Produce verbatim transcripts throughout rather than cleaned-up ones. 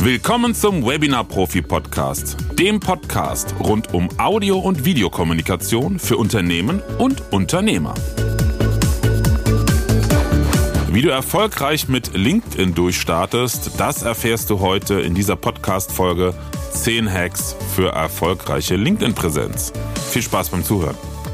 Willkommen zum Webinar-Profi-Podcast, dem Podcast rund um Audio- und Videokommunikation für Unternehmen und Unternehmer. Wie du erfolgreich mit LinkedIn durchstartest, das erfährst du heute in dieser Podcast-Folge zehn Hacks für erfolgreiche LinkedIn-Präsenz. Viel Spaß beim Zuhören.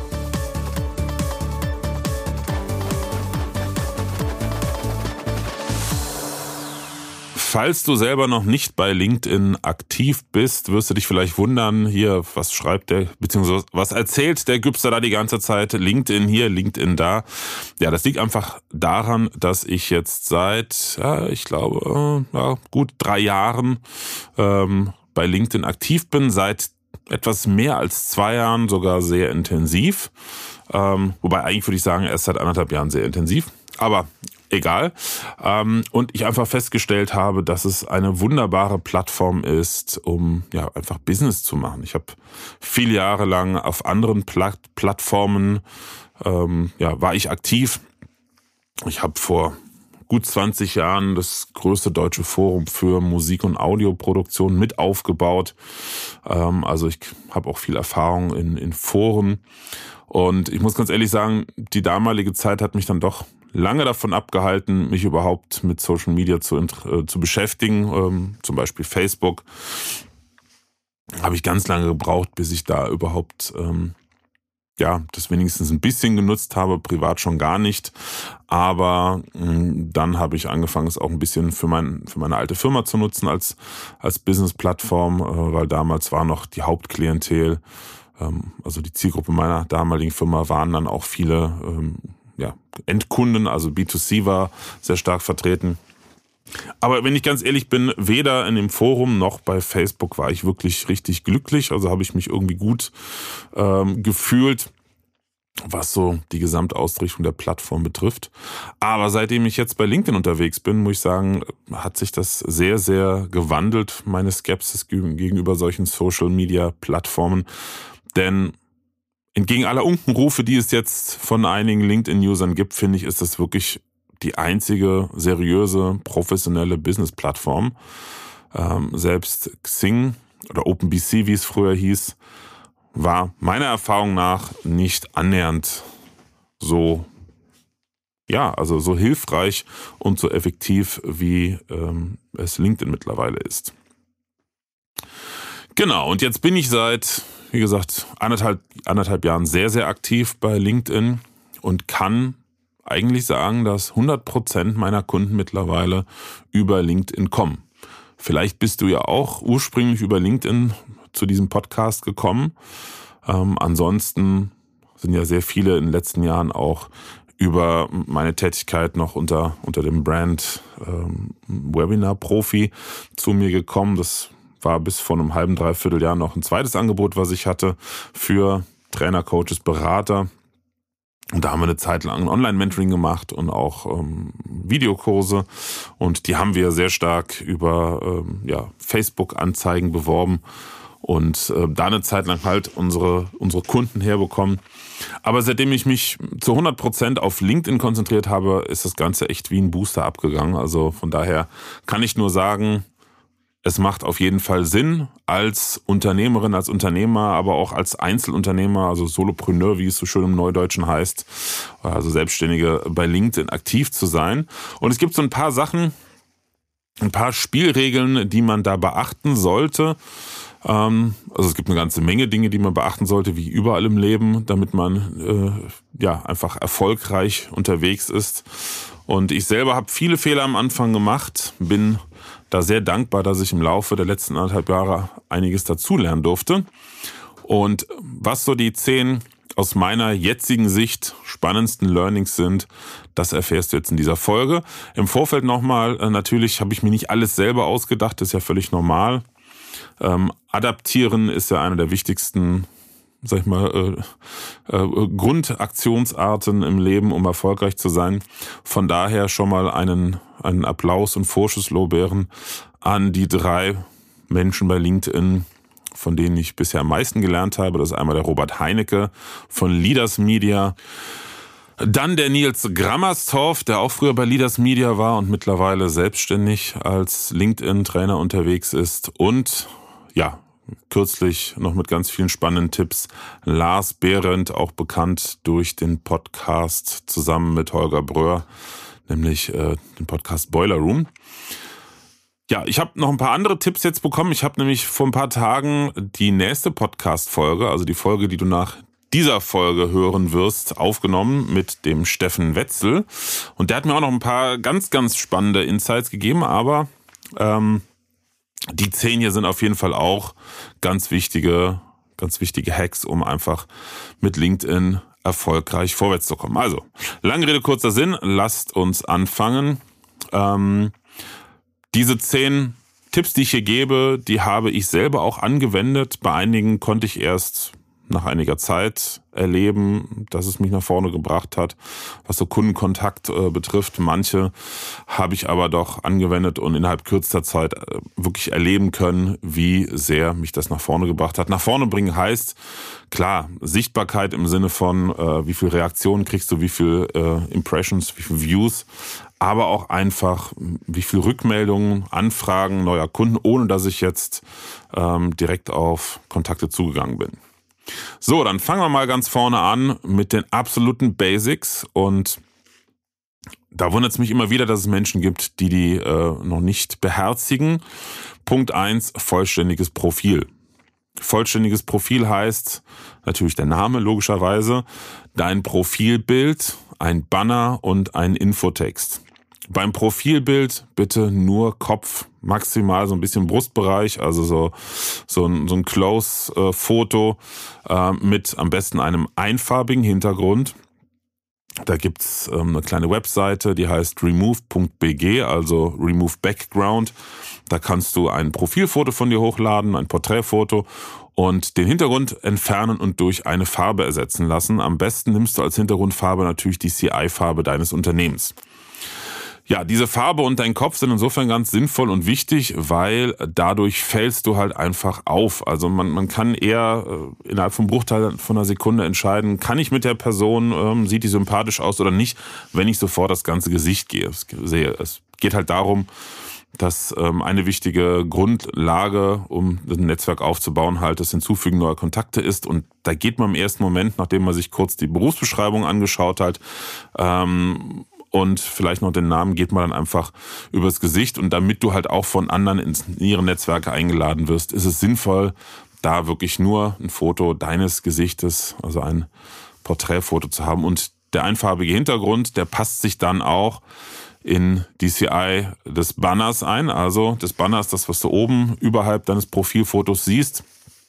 Falls du selber noch nicht bei LinkedIn aktiv bist, wirst du dich vielleicht wundern, hier, was schreibt der, beziehungsweise was erzählt der Gübster da die ganze Zeit? LinkedIn hier, LinkedIn da. Ja, das liegt einfach daran, dass ich jetzt seit, ja, ich glaube, ja, gut drei Jahren ähm, bei LinkedIn aktiv bin, seit etwas mehr als zwei Jahren sogar sehr intensiv. Ähm, wobei eigentlich würde ich sagen, erst seit anderthalb Jahren sehr intensiv. Aber egal. Und ich einfach festgestellt habe, dass es eine wunderbare Plattform ist, um ja einfach Business zu machen. Ich habe viele Jahre lang auf anderen Plat- Plattformen ähm, ja war ich aktiv. Ich habe vor gut zwanzig Jahren das größte deutsche Forum für Musik- und Audioproduktion mit aufgebaut. Ähm, also ich habe auch viel Erfahrung in, in Foren. Und ich muss ganz ehrlich sagen, die damalige Zeit hat mich dann doch lange davon abgehalten, mich überhaupt mit Social Media zu, äh, zu beschäftigen, ähm, zum Beispiel Facebook. Habe ich ganz lange gebraucht, bis ich da überhaupt ähm, ja das wenigstens ein bisschen genutzt habe, privat schon gar nicht. Aber mh, dann habe ich angefangen, es auch ein bisschen für, mein, für meine alte Firma zu nutzen als, als Business-Plattform, äh, weil damals war noch die Hauptklientel, ähm, also die Zielgruppe meiner damaligen Firma waren dann auch viele ähm, ja, Endkunden, also B zwei C war sehr stark vertreten. Aber wenn ich ganz ehrlich bin, weder in dem Forum noch bei Facebook war ich wirklich richtig glücklich. Also habe ich mich irgendwie gut ähm, gefühlt, was so die Gesamtausrichtung der Plattform betrifft. Aber seitdem ich jetzt bei LinkedIn unterwegs bin, muss ich sagen, hat sich das sehr, sehr gewandelt, meine Skepsis gegenüber solchen Social-Media-Plattformen. Denn entgegen aller Unkenrufe, die es jetzt von einigen LinkedIn-Usern gibt, finde ich, ist das wirklich die einzige seriöse, professionelle Business-Plattform. Ähm, selbst Xing oder OpenBC, wie es früher hieß, war meiner Erfahrung nach nicht annähernd so, ja, also so hilfreich und so effektiv, wie ähm, es LinkedIn mittlerweile ist. Genau, und jetzt bin ich seit, wie gesagt, anderthalb, anderthalb Jahren sehr, sehr aktiv bei LinkedIn und kann eigentlich sagen, dass hundert Prozent meiner Kunden mittlerweile über LinkedIn kommen. Vielleicht bist du ja auch ursprünglich über LinkedIn zu diesem Podcast gekommen. Ähm, ansonsten sind ja sehr viele in den letzten Jahren auch über meine Tätigkeit noch unter, unter dem Brand ähm, Webinar-Profi zu mir gekommen. Das war bis vor einem halben, dreiviertel Jahr noch ein zweites Angebot, was ich hatte für Trainer, Coaches, Berater. Und da haben wir eine Zeit lang ein Online-Mentoring gemacht und auch ähm, Videokurse. Und die haben wir sehr stark über ähm, ja, Facebook-Anzeigen beworben und äh, da eine Zeit lang halt unsere, unsere Kunden herbekommen. Aber seitdem ich mich zu hundert Prozent auf LinkedIn konzentriert habe, ist das Ganze echt wie ein Booster abgegangen. Also von daher kann ich nur sagen, es macht auf jeden Fall Sinn, als Unternehmerin, als Unternehmer, aber auch als Einzelunternehmer, also Solopreneur, wie es so schön im Neudeutschen heißt, also Selbstständige bei LinkedIn aktiv zu sein. Und es gibt so ein paar Sachen, ein paar Spielregeln, die man da beachten sollte. Also es gibt eine ganze Menge Dinge, die man beachten sollte, wie überall im Leben, damit man äh, ja einfach erfolgreich unterwegs ist. Und ich selber habe viele Fehler am Anfang gemacht, bin da sehr dankbar, dass ich im Laufe der letzten anderthalb Jahre einiges dazulernen durfte. Und was so die zehn aus meiner jetzigen Sicht spannendsten Learnings sind, das erfährst du jetzt in dieser Folge. Im Vorfeld nochmal, natürlich habe ich mir nicht alles selber ausgedacht, das ist ja völlig normal. Ähm, adaptieren ist ja eine der wichtigsten, sag ich mal, äh, äh, Grundaktionsarten im Leben, um erfolgreich zu sein. Von daher schon mal einen, einen Applaus und Vorschusslorbeeren an die drei Menschen bei LinkedIn, von denen ich bisher am meisten gelernt habe. Das ist einmal der Robert Heinecke von Leaders Media. Dann der Nils Grammerstorff, der auch früher bei Leaders Media war und mittlerweile selbstständig als LinkedIn-Trainer unterwegs ist. Und ja, kürzlich noch mit ganz vielen spannenden Tipps Lars Behrendt, auch bekannt durch den Podcast zusammen mit Holger Bröhr, nämlich äh, den Podcast Boiler Room. Ja, ich habe noch ein paar andere Tipps jetzt bekommen. Ich habe nämlich vor ein paar Tagen die nächste Podcast-Folge, also die Folge, die du nach dieser Folge hören wirst, aufgenommen mit dem Steffen Wetzel. Und der hat mir auch noch ein paar ganz, ganz spannende Insights gegeben, aber ähm, die zehn hier sind auf jeden Fall auch ganz wichtige, ganz wichtige Hacks, um einfach mit LinkedIn erfolgreich vorwärts zu kommen. Also, lange Rede, kurzer Sinn, lasst uns anfangen. Ähm, diese zehn Tipps, die ich hier gebe, die habe ich selber auch angewendet. Bei einigen konnte ich erst nach einiger Zeit erleben, dass es mich nach vorne gebracht hat, was so Kundenkontakt äh, betrifft. Manche habe ich aber doch angewendet und innerhalb kürzester Zeit äh, wirklich erleben können, wie sehr mich das nach vorne gebracht hat. Nach vorne bringen heißt, klar, Sichtbarkeit im Sinne von, äh, wie viel Reaktionen kriegst du, wie viel äh, Impressions, wie viel Views, aber auch einfach, wie viel Rückmeldungen, Anfragen neuer Kunden, ohne dass ich jetzt ähm, direkt auf Kontakte zugegangen bin. So, dann fangen wir mal ganz vorne an mit den absoluten Basics und da wundert es mich immer wieder, dass es Menschen gibt, die die äh, noch nicht beherzigen. Punkt eins, vollständiges Profil. Vollständiges Profil heißt natürlich der Name, logischerweise, dein Profilbild, ein Banner und ein Infotext. Beim Profilbild bitte nur Kopf, maximal so ein bisschen Brustbereich, also so so ein, so ein Close-Foto äh, mit am besten einem einfarbigen Hintergrund. Da gibt's ähm, eine kleine Webseite, die heißt remove punkt b g, also Remove Background. Da kannst du ein Profilfoto von dir hochladen, ein Porträtfoto und den Hintergrund entfernen und durch eine Farbe ersetzen lassen. Am besten nimmst du als Hintergrundfarbe natürlich die C I-Farbe deines Unternehmens. Ja, diese Farbe und dein Kopf sind insofern ganz sinnvoll und wichtig, weil dadurch fällst du halt einfach auf. Also man man kann eher äh, innerhalb von Bruchteil von einer Sekunde entscheiden, kann ich mit der Person, ähm, sieht die sympathisch aus oder nicht, wenn ich sofort das ganze Gesicht gehe, sehe. Es geht halt darum, dass ähm, eine wichtige Grundlage, um ein Netzwerk aufzubauen, halt das Hinzufügen neuer Kontakte ist. Und da geht man im ersten Moment, nachdem man sich kurz die Berufsbeschreibung angeschaut hat, ähm, und vielleicht noch den Namen, geht man dann einfach übers Gesicht. Und damit du halt auch von anderen in ihre Netzwerke eingeladen wirst, ist es sinnvoll, da wirklich nur ein Foto deines Gesichtes, also ein Porträtfoto zu haben. Und der einfarbige Hintergrund, der passt sich dann auch in die C I des Banners ein. Also des Banners, das, was du oben überhalb deines Profilfotos siehst.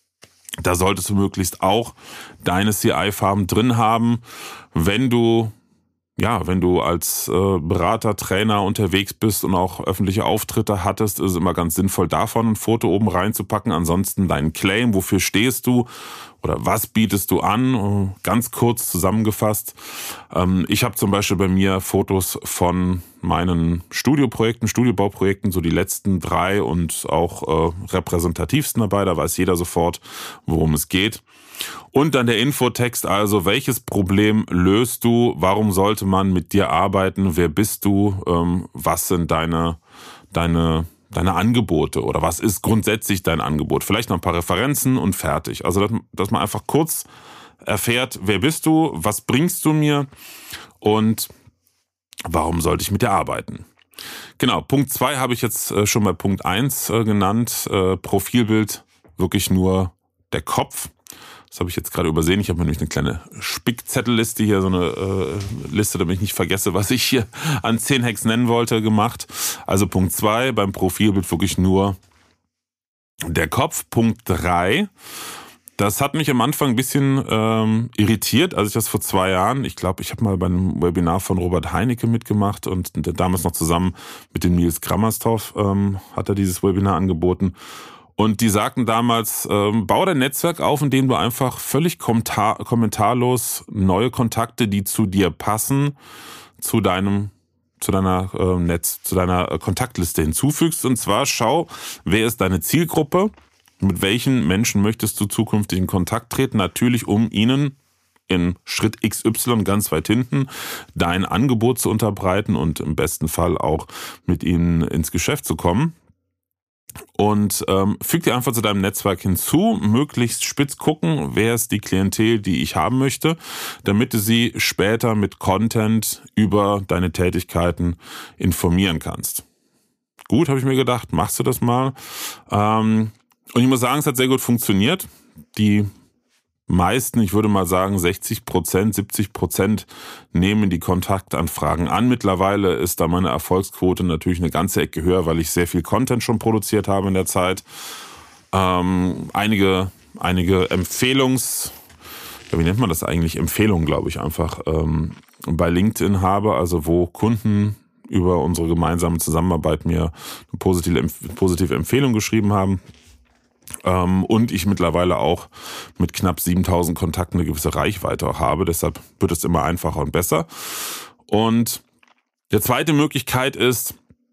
Da solltest du möglichst auch deine C I-Farben drin haben. Wenn du Ja, wenn du als äh, Berater, Trainer unterwegs bist und auch öffentliche Auftritte hattest, ist es immer ganz sinnvoll, davon ein Foto oben reinzupacken. Ansonsten deinen Claim, wofür stehst du oder was bietest du an? Ganz kurz zusammengefasst. Ähm, ich habe zum Beispiel bei mir Fotos von meinen Studioprojekten, Studiobauprojekten, so die letzten drei und auch äh, repräsentativsten dabei. Da weiß jeder sofort, worum es geht. Und dann der Infotext, also welches Problem löst du, warum sollte man mit dir arbeiten, wer bist du, ähm, was sind deine, deine, deine Angebote oder was ist grundsätzlich dein Angebot, vielleicht noch ein paar Referenzen und fertig. Also dass, dass man einfach kurz erfährt, wer bist du, was bringst du mir und warum sollte ich mit dir arbeiten. Genau, Punkt zwei habe ich jetzt schon bei Punkt eins genannt, äh, Profilbild, wirklich nur der Kopf. Das habe ich jetzt gerade übersehen. Ich habe mir nämlich eine kleine Spickzettelliste hier, so eine äh, Liste, damit ich nicht vergesse, was ich hier an zehn Hacks nennen wollte, gemacht. Also Punkt zwei, beim Profilbild wirklich nur der Kopf. Punkt drei, das hat mich am Anfang ein bisschen ähm, irritiert, als ich das vor zwei Jahren, ich glaube, ich habe mal bei einem Webinar von Robert Heinecke mitgemacht und damals noch zusammen mit dem Nils Grammerstorff ähm, hat er dieses Webinar angeboten. Und die sagten damals, ähm, bau dein Netzwerk auf, indem du einfach völlig kommentar- kommentarlos neue Kontakte, die zu dir passen, zu deinem, zu deiner äh, Netz, zu deiner äh, Kontaktliste hinzufügst. Und zwar schau, wer ist deine Zielgruppe, mit welchen Menschen möchtest du zukünftig in Kontakt treten, natürlich um ihnen in Schritt X Y ganz weit hinten dein Angebot zu unterbreiten und im besten Fall auch mit ihnen ins Geschäft zu kommen. Und ähm, füg dir einfach zu deinem Netzwerk hinzu, möglichst spitz gucken, wer ist die Klientel, die ich haben möchte, damit du sie später mit Content über deine Tätigkeiten informieren kannst. Gut, habe ich mir gedacht, machst du das mal. Ähm, und ich muss sagen, es hat sehr gut funktioniert. Die meisten, ich würde mal sagen sechzig Prozent, siebzig Prozent nehmen die Kontaktanfragen an. Mittlerweile ist da meine Erfolgsquote natürlich eine ganze Ecke höher, weil ich sehr viel Content schon produziert habe in der Zeit. Ähm, einige, einige Empfehlungs, ja, wie nennt man das eigentlich? Empfehlungen, glaube ich, einfach ähm, bei LinkedIn habe, also wo Kunden über unsere gemeinsame Zusammenarbeit mir eine positive, positive Empfehlung geschrieben haben. Und ich mittlerweile auch mit knapp siebentausend Kontakten eine gewisse Reichweite habe. Deshalb wird es immer einfacher und besser. Und die zweite Möglichkeit ist,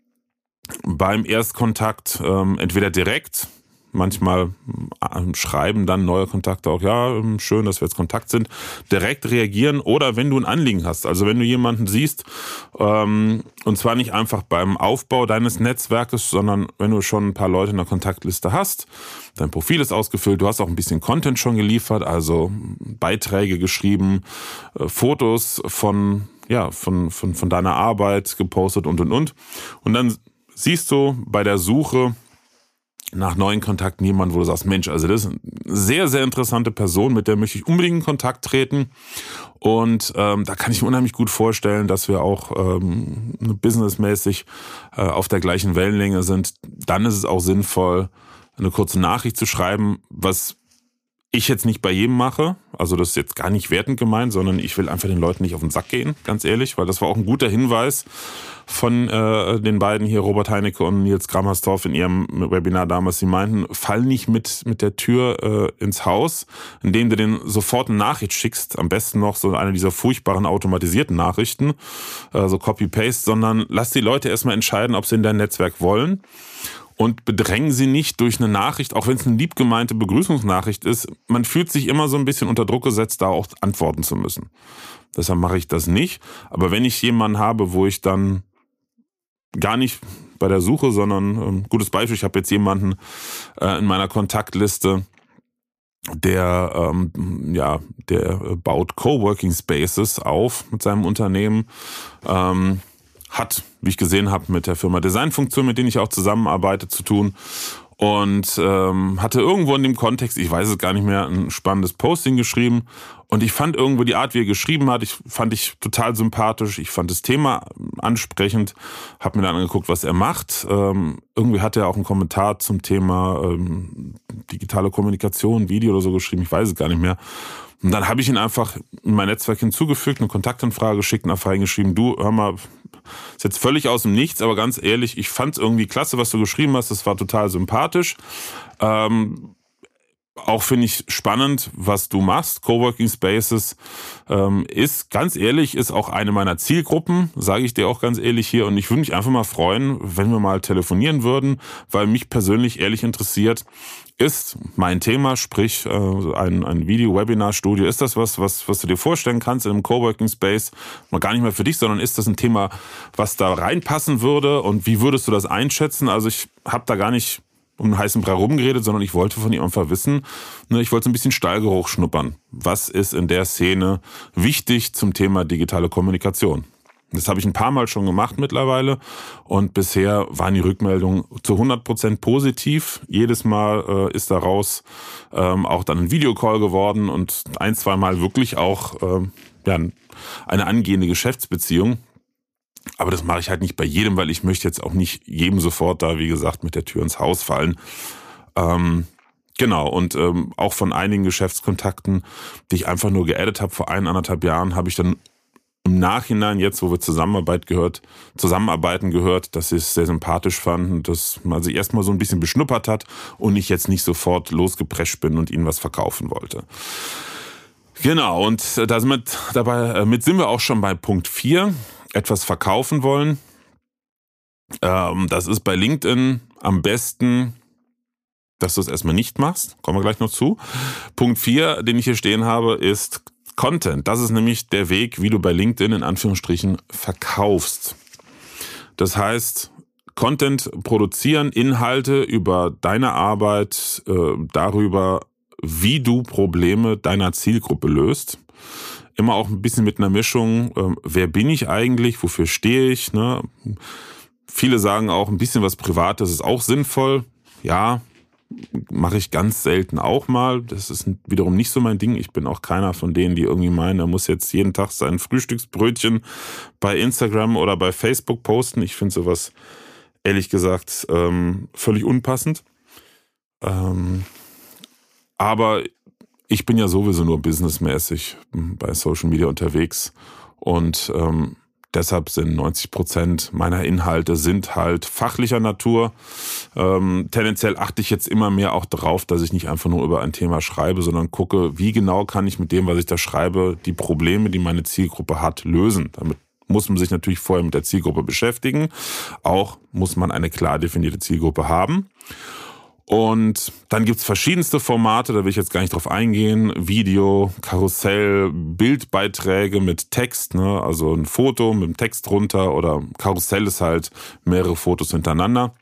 beim Erstkontakt ähm, entweder direkt, manchmal schreiben dann neue Kontakte auch, ja, schön, dass wir jetzt Kontakt sind, direkt reagieren oder wenn du ein Anliegen hast, also wenn du jemanden siehst, ähm, und zwar nicht einfach beim Aufbau deines Netzwerkes, sondern wenn du schon ein paar Leute in der Kontaktliste hast, dein Profil ist ausgefüllt, du hast auch ein bisschen Content schon geliefert, also Beiträge geschrieben, äh, Fotos von, ja, von, von, von deiner Arbeit gepostet und, und, und. Und dann siehst du bei der Suche nach neuen Kontakten jemand, wo du sagst, Mensch, also das ist eine sehr, sehr interessante Person, mit der möchte ich unbedingt in Kontakt treten. Und ähm, da kann ich mir unheimlich gut vorstellen, dass wir auch ähm, businessmäßig äh, auf der gleichen Wellenlänge sind. Dann ist es auch sinnvoll, eine kurze Nachricht zu schreiben, was ich jetzt nicht bei jedem mache. Also das ist jetzt gar nicht wertend gemeint, sondern ich will einfach den Leuten nicht auf den Sack gehen, ganz ehrlich, weil das war auch ein guter Hinweis von äh, den beiden hier, Robert Heinecke und Nils Grammersdorf in ihrem Webinar damals. Sie meinten, fall nicht mit mit der Tür äh, ins Haus, indem du denen sofort eine Nachricht schickst, am besten noch so eine dieser furchtbaren automatisierten Nachrichten, äh, so Copy-Paste, sondern lass die Leute erstmal entscheiden, ob sie in dein Netzwerk wollen. Und bedrängen sie nicht durch eine Nachricht, auch wenn es eine lieb gemeinte Begrüßungsnachricht ist. Man fühlt sich immer so ein bisschen unter Druck gesetzt, da auch antworten zu müssen. Deshalb mache ich das nicht. Aber wenn ich jemanden habe, wo ich dann gar nicht bei der Suche, sondern ähm, gutes Beispiel, ich habe jetzt jemanden äh, in meiner Kontaktliste, der ähm, ja, der baut Coworking Spaces auf mit seinem Unternehmen. Ähm, hat, wie ich gesehen habe, mit der Firma Designfunktion, mit denen ich auch zusammenarbeite, zu tun. Und ähm, hatte irgendwo in dem Kontext, ich weiß es gar nicht mehr, ein spannendes Posting geschrieben. Und ich fand irgendwo die Art, wie er geschrieben hat, ich fand ich total sympathisch. Ich fand das Thema ansprechend, habe mir dann angeguckt, was er macht. Ähm, irgendwie hat er auch einen Kommentar zum Thema ähm, digitale Kommunikation, Video oder so geschrieben, ich weiß es gar nicht mehr. Und dann habe ich ihn einfach in mein Netzwerk hinzugefügt, eine Kontaktanfrage geschickt und einfach reingeschrieben, du, hör mal, ist jetzt völlig aus dem Nichts, aber ganz ehrlich, ich fand es irgendwie klasse, was du geschrieben hast, das war total sympathisch. Ähm, auch finde ich spannend, was du machst. Coworking Spaces ähm, ist, ganz ehrlich, ist auch eine meiner Zielgruppen, sage ich dir auch ganz ehrlich hier. Und ich würde mich einfach mal freuen, wenn wir mal telefonieren würden, weil mich persönlich ehrlich interessiert, ist mein Thema, sprich äh, ein, ein Video-Webinar-Studio, ist das was, was, was du dir vorstellen kannst in einem Coworking Space? Mal gar nicht mehr für dich, sondern ist das ein Thema, was da reinpassen würde? Und wie würdest du das einschätzen? Also ich habe da gar nicht um einen heißen Brei rumgeredet, sondern ich wollte von ihm einfach wissen, ne, ich wollte so ein bisschen Stallgeruch schnuppern. Was ist in der Szene wichtig zum Thema digitale Kommunikation? Das habe ich ein paar Mal schon gemacht mittlerweile und bisher waren die Rückmeldungen zu hundert Prozent positiv. Jedes Mal äh, ist daraus ähm, auch dann ein Videocall geworden und ein, zwei Mal wirklich auch äh, ja, eine angehende Geschäftsbeziehung. Aber das mache ich halt nicht bei jedem, weil ich möchte jetzt auch nicht jedem sofort da, wie gesagt, mit der Tür ins Haus fallen. Ähm, genau, und ähm, auch von einigen Geschäftskontakten, die ich einfach nur geaddet habe vor ein, anderthalb Jahren, habe ich dann im Nachhinein, jetzt wo wir Zusammenarbeit gehört, Zusammenarbeiten gehört, dass sie es sehr sympathisch fanden, dass man sich erstmal so ein bisschen beschnuppert hat und ich jetzt nicht sofort losgeprescht bin und ihnen was verkaufen wollte. Genau, und damit, dabei, mit sind wir auch schon bei Punkt vier. Etwas verkaufen wollen. Ähm, das ist bei LinkedIn am besten, dass du es erstmal nicht machst. Kommen wir gleich noch zu. Punkt vier, den ich hier stehen habe, ist Content, das ist nämlich der Weg, wie du bei LinkedIn in Anführungsstrichen verkaufst. Das heißt, Content produzieren, Inhalte über deine Arbeit, äh, darüber, wie du Probleme deiner Zielgruppe löst. Immer auch ein bisschen mit einer Mischung, äh, wer bin ich eigentlich, wofür stehe ich, ne? Viele sagen auch, ein bisschen was Privates ist auch sinnvoll. Ja, mache ich ganz selten auch mal. Das ist wiederum nicht so mein Ding. Ich bin auch keiner von denen, die irgendwie meinen, er muss jetzt jeden Tag sein Frühstücksbrötchen bei Instagram oder bei Facebook posten. Ich finde sowas, ehrlich gesagt, ähm, völlig unpassend. Ähm, aber ich bin ja sowieso nur businessmäßig bei Social Media unterwegs und ähm, deshalb sind neunzig Prozent meiner Inhalte sind halt fachlicher Natur. Ähm, tendenziell achte ich jetzt immer mehr auch darauf, dass ich nicht einfach nur über ein Thema schreibe, sondern gucke, wie genau kann ich mit dem, was ich da schreibe, die Probleme, die meine Zielgruppe hat, lösen. Damit muss man sich natürlich vorher mit der Zielgruppe beschäftigen. Auch muss man eine klar definierte Zielgruppe haben. Und dann gibt's verschiedenste Formate, da will ich jetzt gar nicht drauf eingehen. Video, Karussell, Bildbeiträge mit Text, ne? Also ein Foto mit dem Text drunter, oder Karussell ist halt mehrere Fotos hintereinander.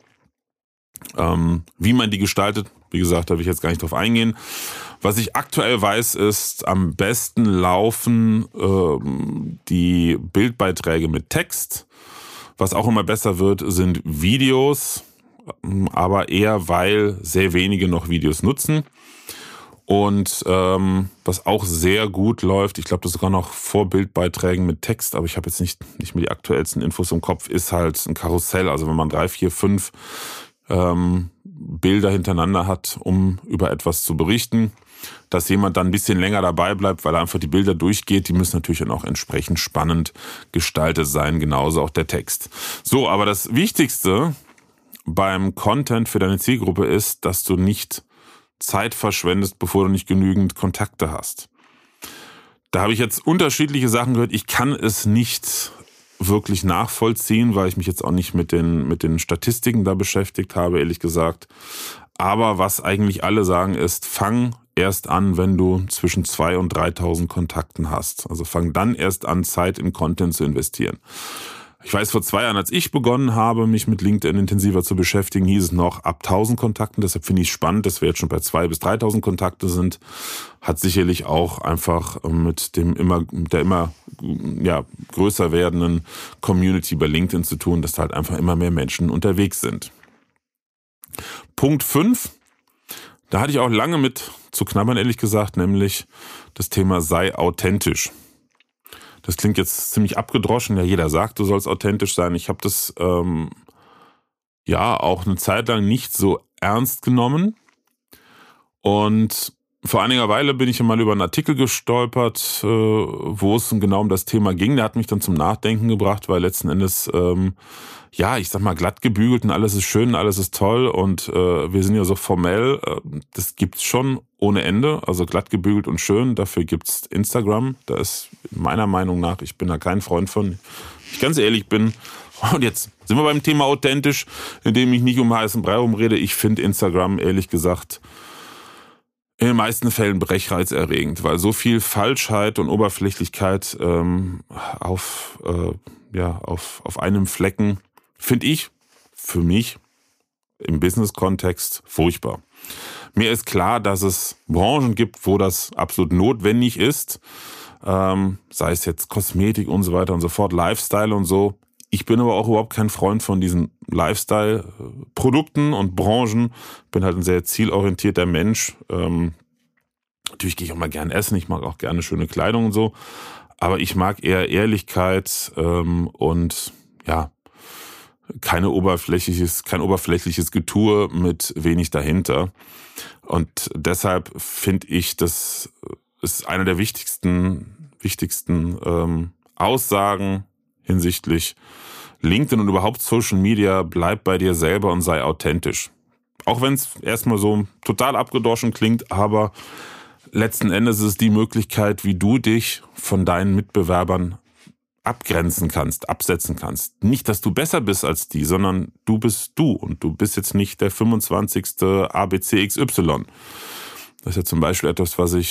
Ähm, wie man die gestaltet, wie gesagt, da will ich jetzt gar nicht drauf eingehen. Was ich aktuell weiß, ist, am besten laufen ähm, die Bildbeiträge mit Text. Was auch immer besser wird, sind Videos, aber eher, weil sehr wenige noch Videos nutzen. Und ähm, was auch sehr gut läuft, ich glaube, das ist sogar noch vor Bildbeiträgen mit Text, aber ich habe jetzt nicht, nicht mehr die aktuellsten Infos im Kopf, ist halt ein Karussell. Also wenn man drei, vier, fünf ähm, Bilder hintereinander hat, um über etwas zu berichten, dass jemand dann ein bisschen länger dabei bleibt, weil er einfach die Bilder durchgeht. Die müssen natürlich dann auch entsprechend spannend gestaltet sein, genauso auch der Text. So, aber das Wichtigste beim Content für deine Zielgruppe ist, dass du nicht Zeit verschwendest, bevor du nicht genügend Kontakte hast. Da habe ich jetzt unterschiedliche Sachen gehört. Ich kann es nicht wirklich nachvollziehen, weil ich mich jetzt auch nicht mit den, mit den Statistiken da beschäftigt habe, ehrlich gesagt. Aber was eigentlich alle sagen ist, fang erst an, wenn du zwischen zweitausend und dreitausend Kontakten hast. Also fang dann erst an, Zeit in Content zu investieren. Ich weiß, vor zwei Jahren, als ich begonnen habe, mich mit LinkedIn intensiver zu beschäftigen, hieß es noch ab tausend Kontakten. Deshalb finde ich es spannend, dass wir jetzt schon bei zweitausend bis dreitausend Kontakte sind. Hat sicherlich auch einfach mit dem immer, mit der immer ja, größer werdenden Community bei LinkedIn zu tun, dass da halt einfach immer mehr Menschen unterwegs sind. Punkt fünf. Da hatte ich auch lange mit zu knabbern, ehrlich gesagt, nämlich das Thema sei authentisch. Das klingt jetzt ziemlich abgedroschen. Ja, jeder sagt, du sollst authentisch sein. Ich habe das ähm, ja auch eine Zeit lang nicht so ernst genommen. Und vor einiger Weile bin ich mal über einen Artikel gestolpert, äh, wo es genau um das Thema ging. Der hat mich dann zum Nachdenken gebracht, weil letzten Endes, ähm, ja, ich sag mal, glatt gebügelt und alles ist schön, alles ist toll und äh, wir sind ja so formell. Äh, das gibt's schon ohne Ende, also glatt gebügelt und schön. Dafür gibt's Instagram. Da ist meiner Meinung nach, ich bin da kein Freund von, wenn ich ganz ehrlich bin. Und jetzt sind wir beim Thema authentisch, indem ich nicht um heißen Brei rumrede. Ich finde Instagram, ehrlich gesagt, in den meisten Fällen brechreizerregend, weil so viel Falschheit und Oberflächlichkeit ähm, auf, äh, ja, auf, auf einem Flecken, finde ich, für mich im Business-Kontext furchtbar. Mir ist klar, dass es Branchen gibt, wo das absolut notwendig ist, ähm, sei es jetzt Kosmetik und so weiter und so fort, Lifestyle und so. Ich bin aber auch überhaupt kein Freund von diesen Lifestyle-Produkten und Branchen. Bin halt ein sehr zielorientierter Mensch. Ähm, natürlich gehe ich auch mal gern essen. Ich mag auch gerne schöne Kleidung und so. Aber ich mag eher Ehrlichkeit ähm, und ja, keine oberflächliches, kein oberflächliches Getue mit wenig dahinter. Und deshalb finde ich, das ist eine der wichtigsten, wichtigsten ähm, Aussagen hinsichtlich LinkedIn und überhaupt Social Media. Bleib bei dir selber und sei authentisch. Auch wenn es erstmal so total abgedroschen klingt, aber letzten Endes ist es die Möglichkeit, wie du dich von deinen Mitbewerbern abgrenzen kannst, absetzen kannst. Nicht, dass du besser bist als die, sondern du bist du und du bist jetzt nicht der fünfundzwanzigste A B C X Y. Das ist ja zum Beispiel etwas, was ich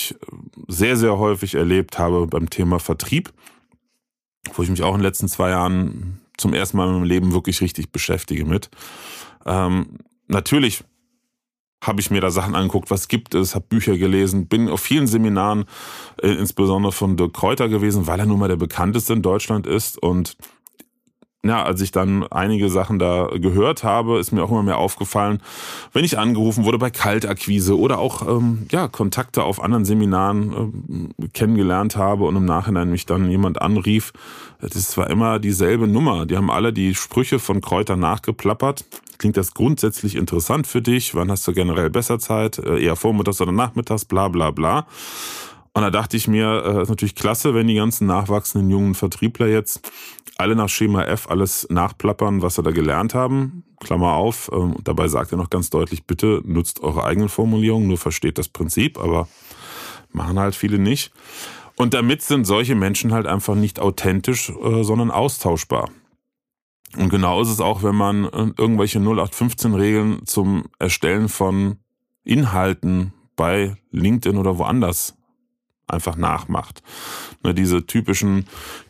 sehr, sehr häufig erlebt habe beim Thema Vertrieb, wo ich mich auch in den letzten zwei Jahren zum ersten Mal in meinem Leben wirklich richtig beschäftige mit. Ähm, natürlich habe ich mir da Sachen angeguckt, was gibt es, habe Bücher gelesen, bin auf vielen Seminaren, äh, insbesondere von Dirk Kräuter gewesen, weil er nun mal der bekannteste in Deutschland ist. Und ja, als ich dann einige Sachen da gehört habe, ist mir auch immer mehr aufgefallen, wenn ich angerufen wurde bei Kaltakquise oder auch ähm, ja Kontakte auf anderen Seminaren äh, kennengelernt habe und im Nachhinein mich dann jemand anrief, das war immer dieselbe Nummer. Die haben alle die Sprüche von Kräuter nachgeplappert. Klingt das grundsätzlich interessant für dich? Wann hast du generell besser Zeit? Eher vormittags oder nachmittags? Bla bla bla. Und da dachte ich mir, äh, ist natürlich klasse, wenn die ganzen nachwachsenden jungen Vertriebler jetzt alle nach Schema F alles nachplappern, was sie da gelernt haben. Klammer auf. Ähm, und dabei sagt er noch ganz deutlich, bitte nutzt eure eigenen Formulierungen, nur versteht das Prinzip, aber machen halt viele nicht. Und damit sind solche Menschen halt einfach nicht authentisch, äh, sondern austauschbar. Und genau ist es auch, wenn man irgendwelche null acht fünfzehn Regeln zum Erstellen von Inhalten bei LinkedIn oder woanders einfach nachmacht. Ne, diese typischen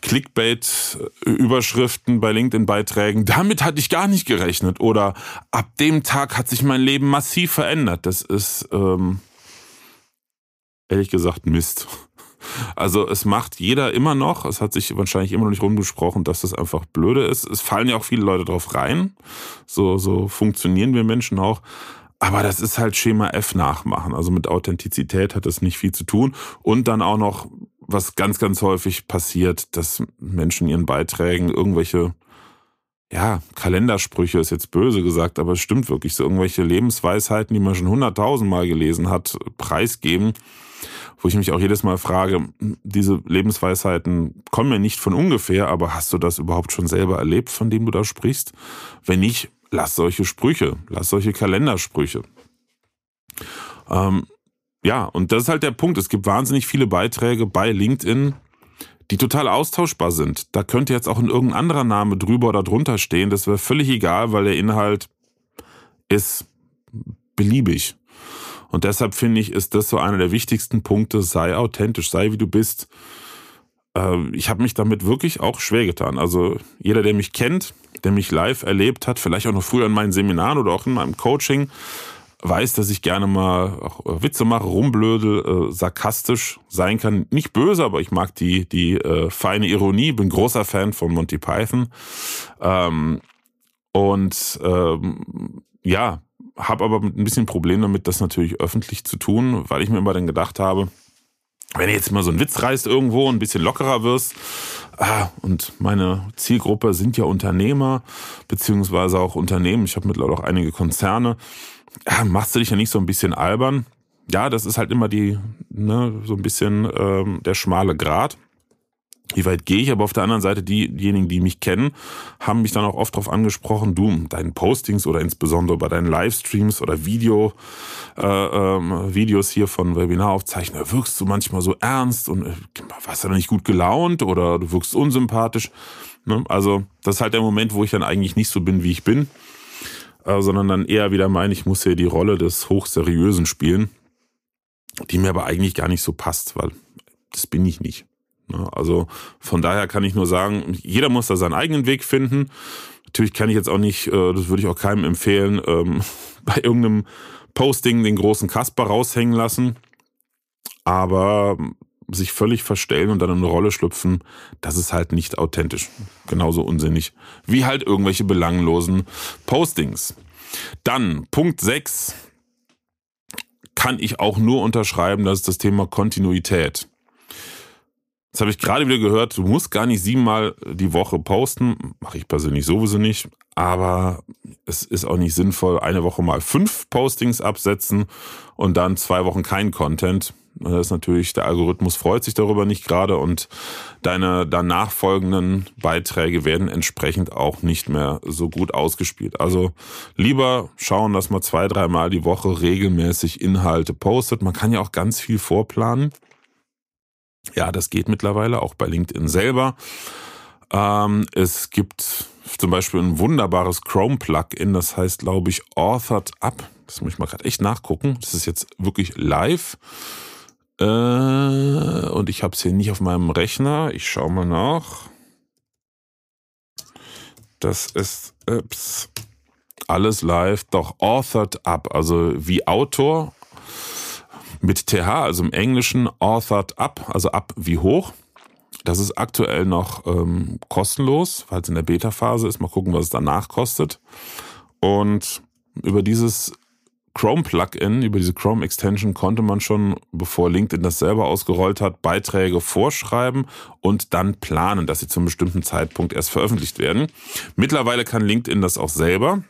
Clickbait-Überschriften bei LinkedIn-Beiträgen, damit hatte ich gar nicht gerechnet. Oder ab dem Tag hat sich mein Leben massiv verändert. Das ist, ähm, ehrlich gesagt, Mist. Also es macht jeder immer noch, es hat sich wahrscheinlich immer noch nicht rumgesprochen, dass das einfach blöde ist. Es fallen ja auch viele Leute drauf rein, so, so funktionieren wir Menschen auch. Aber das ist halt Schema F nachmachen, also mit Authentizität hat das nicht viel zu tun. Und dann auch noch, was ganz, ganz häufig passiert, dass Menschen in ihren Beiträgen irgendwelche, ja, Kalendersprüche ist jetzt böse gesagt, aber es stimmt wirklich, so irgendwelche Lebensweisheiten, die man schon hunderttausendmal gelesen hat, preisgeben. Wo ich mich auch jedes Mal frage, diese Lebensweisheiten kommen ja nicht von ungefähr, aber hast du das überhaupt schon selber erlebt, von dem du da sprichst? Wenn nicht, lass solche Sprüche, lass solche Kalendersprüche. Ähm, ja, und das ist halt der Punkt. Es gibt wahnsinnig viele Beiträge bei LinkedIn, die total austauschbar sind. Da könnte jetzt auch ein irgendein anderer Name drüber oder drunter stehen. Das wäre völlig egal, weil der Inhalt ist beliebig. Und deshalb finde ich, ist das so einer der wichtigsten Punkte, sei authentisch, sei wie du bist. Ich habe mich damit wirklich auch schwer getan. Also jeder, der mich kennt, der mich live erlebt hat, vielleicht auch noch früher in meinen Seminaren oder auch in meinem Coaching, weiß, dass ich gerne mal auch Witze mache, rumblödel, sarkastisch sein kann. Nicht böse, aber ich mag die, die äh, feine Ironie, bin großer Fan von Monty Python. Ähm, und ähm, ja, habe aber ein bisschen Problem damit, das natürlich öffentlich zu tun, weil ich mir immer dann gedacht habe, wenn du jetzt mal so einen Witz reißt irgendwo, ein bisschen lockerer wirst, ah, und meine Zielgruppe sind ja Unternehmer, beziehungsweise auch Unternehmen, ich habe mittlerweile auch einige Konzerne, ja, machst du dich ja nicht so ein bisschen albern? Ja, das ist halt immer die, ne, so ein bisschen ähm, der schmale Grat. Wie weit gehe ich? Aber auf der anderen Seite, die, diejenigen, die mich kennen, haben mich dann auch oft darauf angesprochen, du, deinen Postings oder insbesondere bei deinen Livestreams oder Video, äh, ähm, Videos hier von Webinaraufzeichnungen, wirkst du manchmal so ernst und äh, warst du dann nicht gut gelaunt oder du wirkst unsympathisch. Ne? Also das ist halt der Moment, wo ich dann eigentlich nicht so bin, wie ich bin, äh, sondern dann eher wieder meine, ich muss hier die Rolle des Hochseriösen spielen, die mir aber eigentlich gar nicht so passt, weil das bin ich nicht. Also von daher kann ich nur sagen, jeder muss da seinen eigenen Weg finden. Natürlich kann ich jetzt auch nicht, das würde ich auch keinem empfehlen, bei irgendeinem Posting den großen Kasper raushängen lassen. Aber sich völlig verstellen und dann in eine Rolle schlüpfen, das ist halt nicht authentisch. Genauso unsinnig wie halt irgendwelche belanglosen Postings. Dann Punkt sechs kann ich auch nur unterschreiben, das ist das Thema Kontinuität. Das habe ich gerade wieder gehört, du musst gar nicht siebenmal die Woche posten, mache ich persönlich sowieso nicht, aber es ist auch nicht sinnvoll, eine Woche mal fünf Postings absetzen und dann zwei Wochen kein Content. Das ist natürlich, der Algorithmus freut sich darüber nicht gerade und deine danach folgenden Beiträge werden entsprechend auch nicht mehr so gut ausgespielt. Also lieber schauen, dass man zwei, dreimal die Woche regelmäßig Inhalte postet. Man kann ja auch ganz viel vorplanen. Ja, das geht mittlerweile auch bei LinkedIn selber. Ähm, es gibt zum Beispiel ein wunderbares Chrome-Plugin, das heißt, glaube ich, Authored Up. Das muss ich mal gerade echt nachgucken. Das ist jetzt wirklich live. Äh, und ich habe es hier nicht auf meinem Rechner. Ich schaue mal nach. Das ist ups, alles live. Doch, Authored Up, also wie Autor mit T H, also im Englischen Authored Up, also ab wie hoch. Das ist aktuell noch ähm, kostenlos, weil es in der Beta-Phase ist. Mal gucken, was es danach kostet. Und über dieses Chrome-Plugin, über diese Chrome-Extension konnte man schon, bevor LinkedIn das selber ausgerollt hat, Beiträge vorschreiben und dann planen, dass sie zum bestimmten Zeitpunkt erst veröffentlicht werden. Mittlerweile kann LinkedIn das auch selber,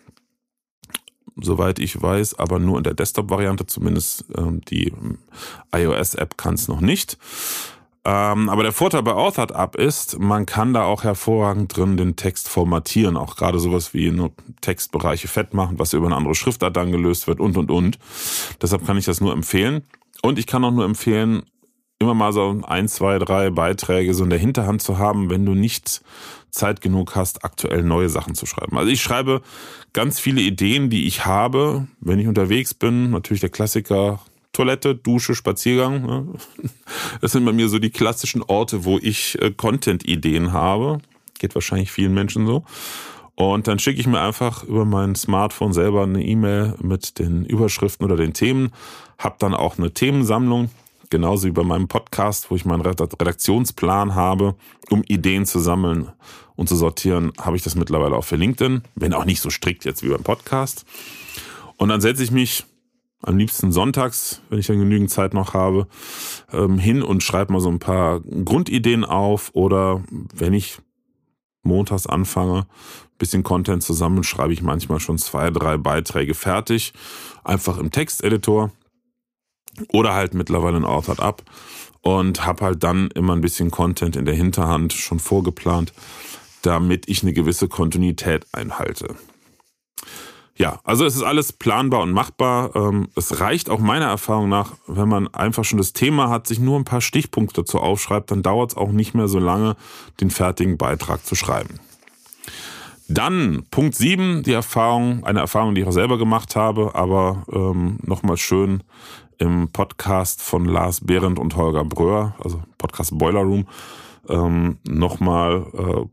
soweit ich weiß, aber nur in der Desktop-Variante, zumindest ähm, die iOS-App kann es noch nicht. Ähm, aber der Vorteil bei Authored Up ist, man kann da auch hervorragend drin den Text formatieren, auch gerade sowas wie nur Textbereiche fett machen, was über eine andere Schriftart dann gelöst wird und, und, und. Deshalb kann ich das nur empfehlen. Und ich kann auch nur empfehlen, immer mal so ein, zwei, drei Beiträge so in der Hinterhand zu haben, wenn du nicht Zeit genug hast, aktuell neue Sachen zu schreiben. Also ich schreibe ganz viele Ideen, die ich habe, wenn ich unterwegs bin. Natürlich der Klassiker Toilette, Dusche, Spaziergang. Das sind bei mir so die klassischen Orte, wo ich Content-Ideen habe. Geht wahrscheinlich vielen Menschen so. Und dann schicke ich mir einfach über mein Smartphone selber eine E-Mail mit den Überschriften oder den Themen. Hab dann auch eine Themensammlung, genauso wie bei meinem Podcast, wo ich meinen Redaktionsplan habe, um Ideen zu sammeln und zu sortieren, habe ich das mittlerweile auch für LinkedIn. Wenn auch nicht so strikt jetzt wie beim Podcast. Und dann setze ich mich am liebsten sonntags, wenn ich dann genügend Zeit noch habe, hin und schreibe mal so ein paar Grundideen auf. Oder wenn ich montags anfange, ein bisschen Content zu sammeln, schreibe ich manchmal schon zwei, drei Beiträge fertig. Einfach im Texteditor oder halt mittlerweile in Authored Up. Und habe halt dann immer ein bisschen Content in der Hinterhand schon vorgeplant, damit ich eine gewisse Kontinuität einhalte. Ja, also es ist alles planbar und machbar. Es reicht auch meiner Erfahrung nach, wenn man einfach schon das Thema hat, sich nur ein paar Stichpunkte dazu aufschreibt, dann dauert es auch nicht mehr so lange, den fertigen Beitrag zu schreiben. Dann Punkt sieben, die Erfahrung, eine Erfahrung, die ich auch selber gemacht habe, aber ähm, nochmal schön im Podcast von Lars Behrendt und Holger Bröhr, also Podcast Boiler Room, ähm, nochmal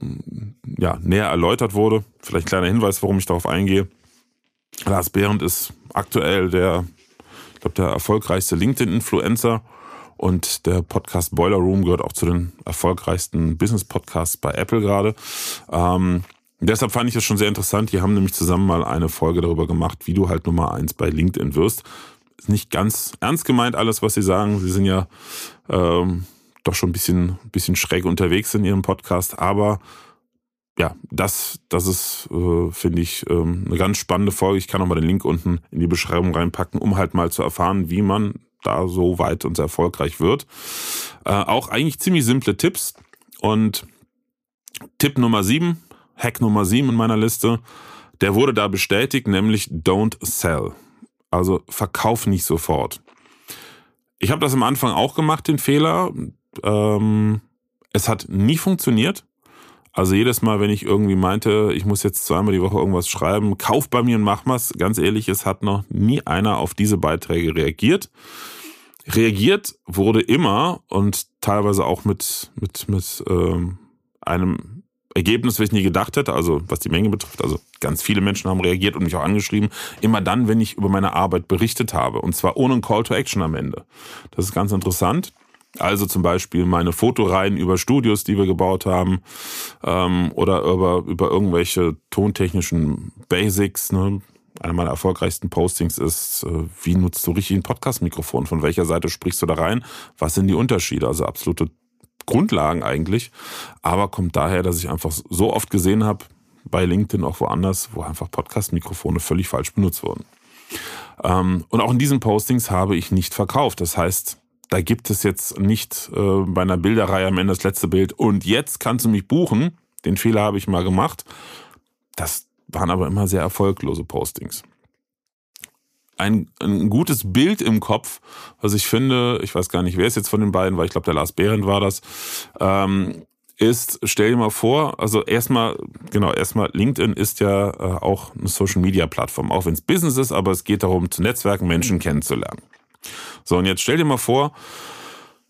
äh, ja, näher erläutert wurde. Vielleicht ein kleiner Hinweis, warum ich darauf eingehe. Lars Behrendt ist aktuell der, ich glaube, der erfolgreichste LinkedIn-Influencer und der Podcast Boiler Room gehört auch zu den erfolgreichsten Business-Podcasts bei Apple gerade. Ähm, deshalb fand ich das schon sehr interessant. Die haben nämlich zusammen mal eine Folge darüber gemacht, wie du halt Nummer eins bei LinkedIn wirst. Ist nicht ganz ernst gemeint alles, was sie sagen. Sie sind ja ähm, doch schon ein bisschen, bisschen schräg unterwegs in ihrem Podcast, aber ja, das, das ist, äh, finde ich, ähm, eine ganz spannende Folge. Ich kann auch mal den Link unten in die Beschreibung reinpacken, um halt mal zu erfahren, wie man da so weit und sehr erfolgreich wird. Äh, auch eigentlich ziemlich simple Tipps. Und Tipp Nummer sieben, Hack Nummer sieben in meiner Liste, der wurde da bestätigt, nämlich don't sell. Also verkauf nicht sofort. Ich habe das am Anfang auch gemacht, den Fehler. Ähm, es hat nie funktioniert. Also jedes Mal, wenn ich irgendwie meinte, ich muss jetzt zweimal die Woche irgendwas schreiben, kauf bei mir und mach mal's. Ganz ehrlich, es hat noch nie einer auf diese Beiträge reagiert. Reagiert wurde immer und teilweise auch mit mit mit ähm, einem Ergebnis, was ich nie gedacht hätte, also was die Menge betrifft. Also ganz viele Menschen haben reagiert und mich auch angeschrieben. Immer dann, wenn ich über meine Arbeit berichtet habe. Und zwar ohne einen Call to Action am Ende. Das ist ganz interessant. Also zum Beispiel meine Fotoreihen über Studios, die wir gebaut haben, ähm, oder über, über irgendwelche tontechnischen Basics. Ne? Einer meiner erfolgreichsten Postings ist, äh, wie nutzt du richtig ein Podcast-Mikrofon? Von welcher Seite sprichst du da rein? Was sind die Unterschiede? Also absolute Grundlagen eigentlich. Aber kommt daher, dass ich einfach so oft gesehen habe, bei LinkedIn, auch woanders, wo einfach Podcast-Mikrofone völlig falsch benutzt wurden. Ähm, und auch in diesen Postings habe ich nicht verkauft. Das heißt, da gibt es jetzt nicht äh, bei einer Bilderreihe am Ende das letzte Bild und jetzt kannst du mich buchen. Den Fehler habe ich mal gemacht. Das waren aber immer sehr erfolglose Postings. Ein, ein gutes Bild im Kopf, was ich finde, ich weiß gar nicht, wer es jetzt von den beiden war, ich glaube, der Lars Behrendt war das, ähm, ist, stell dir mal vor, also erstmal, genau, erstmal LinkedIn ist ja äh, auch eine Social-Media-Plattform, auch wenn es Business ist, aber es geht darum, zu Netzwerken, Menschen kennenzulernen. So, und jetzt stell dir mal vor,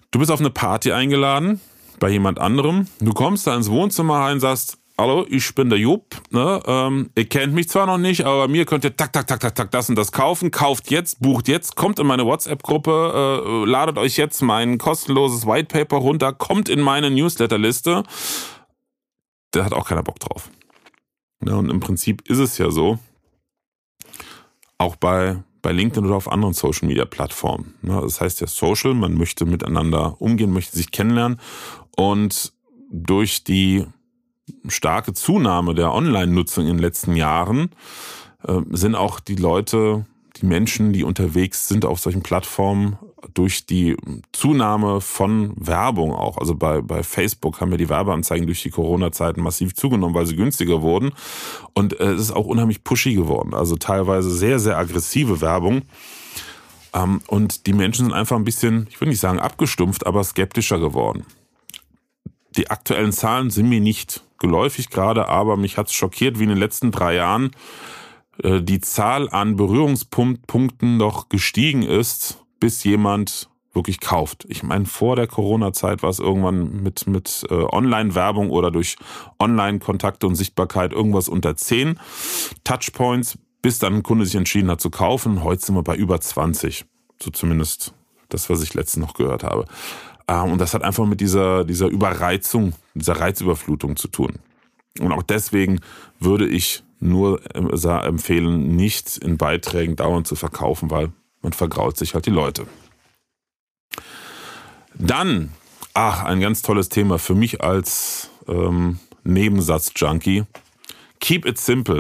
Du bist auf eine Party eingeladen bei jemand anderem. Du kommst da ins Wohnzimmer rein und sagst, hallo, ich bin der Jupp. Ne? Ähm, ihr kennt mich zwar noch nicht, aber bei mir könnt ihr tak, tak, tak, tak, tak, das und das kaufen. Kauft jetzt, bucht jetzt, kommt in meine WhatsApp-Gruppe, äh, ladet euch jetzt mein kostenloses White Paper runter, kommt in meine Newsletterliste. Da hat auch keiner Bock drauf. Ja, und im Prinzip ist es ja so, auch bei, bei LinkedIn oder auf anderen Social-Media-Plattformen. Ja, das heißt ja Social, man möchte miteinander umgehen, möchte sich kennenlernen. Und durch die starke Zunahme der Online-Nutzung in den letzten Jahren äh, sind auch die Leute, die Menschen, die unterwegs sind auf solchen Plattformen, durch die Zunahme von Werbung auch, also bei, bei Facebook haben ja die Werbeanzeigen durch die Corona-Zeiten massiv zugenommen, weil sie günstiger wurden, und äh, es ist auch unheimlich pushy geworden, also teilweise sehr, sehr aggressive Werbung, ähm, und die Menschen sind einfach ein bisschen, ich würde nicht sagen abgestumpft, aber skeptischer geworden. Die aktuellen Zahlen sind mir nicht geläufig gerade, aber mich hat es schockiert, wie in den letzten drei Jahren äh, die Zahl an Berührungspunkten noch gestiegen ist, bis jemand wirklich kauft. Ich meine, vor der Corona-Zeit war es irgendwann mit, mit äh, Online-Werbung oder durch Online-Kontakte und Sichtbarkeit irgendwas unter zehn Touchpoints, bis dann ein Kunde sich entschieden hat zu kaufen. Heute sind wir bei über zwanzig. So zumindest das, was ich letztens noch gehört habe. Und das hat einfach mit dieser, dieser Überreizung, dieser Reizüberflutung zu tun. Und auch deswegen würde ich nur empfehlen, nicht in Beiträgen dauernd zu verkaufen, weil man vergrault sich halt die Leute. Dann, ach, ein ganz tolles Thema für mich als ähm, Nebensatz-Junkie. Keep it simple.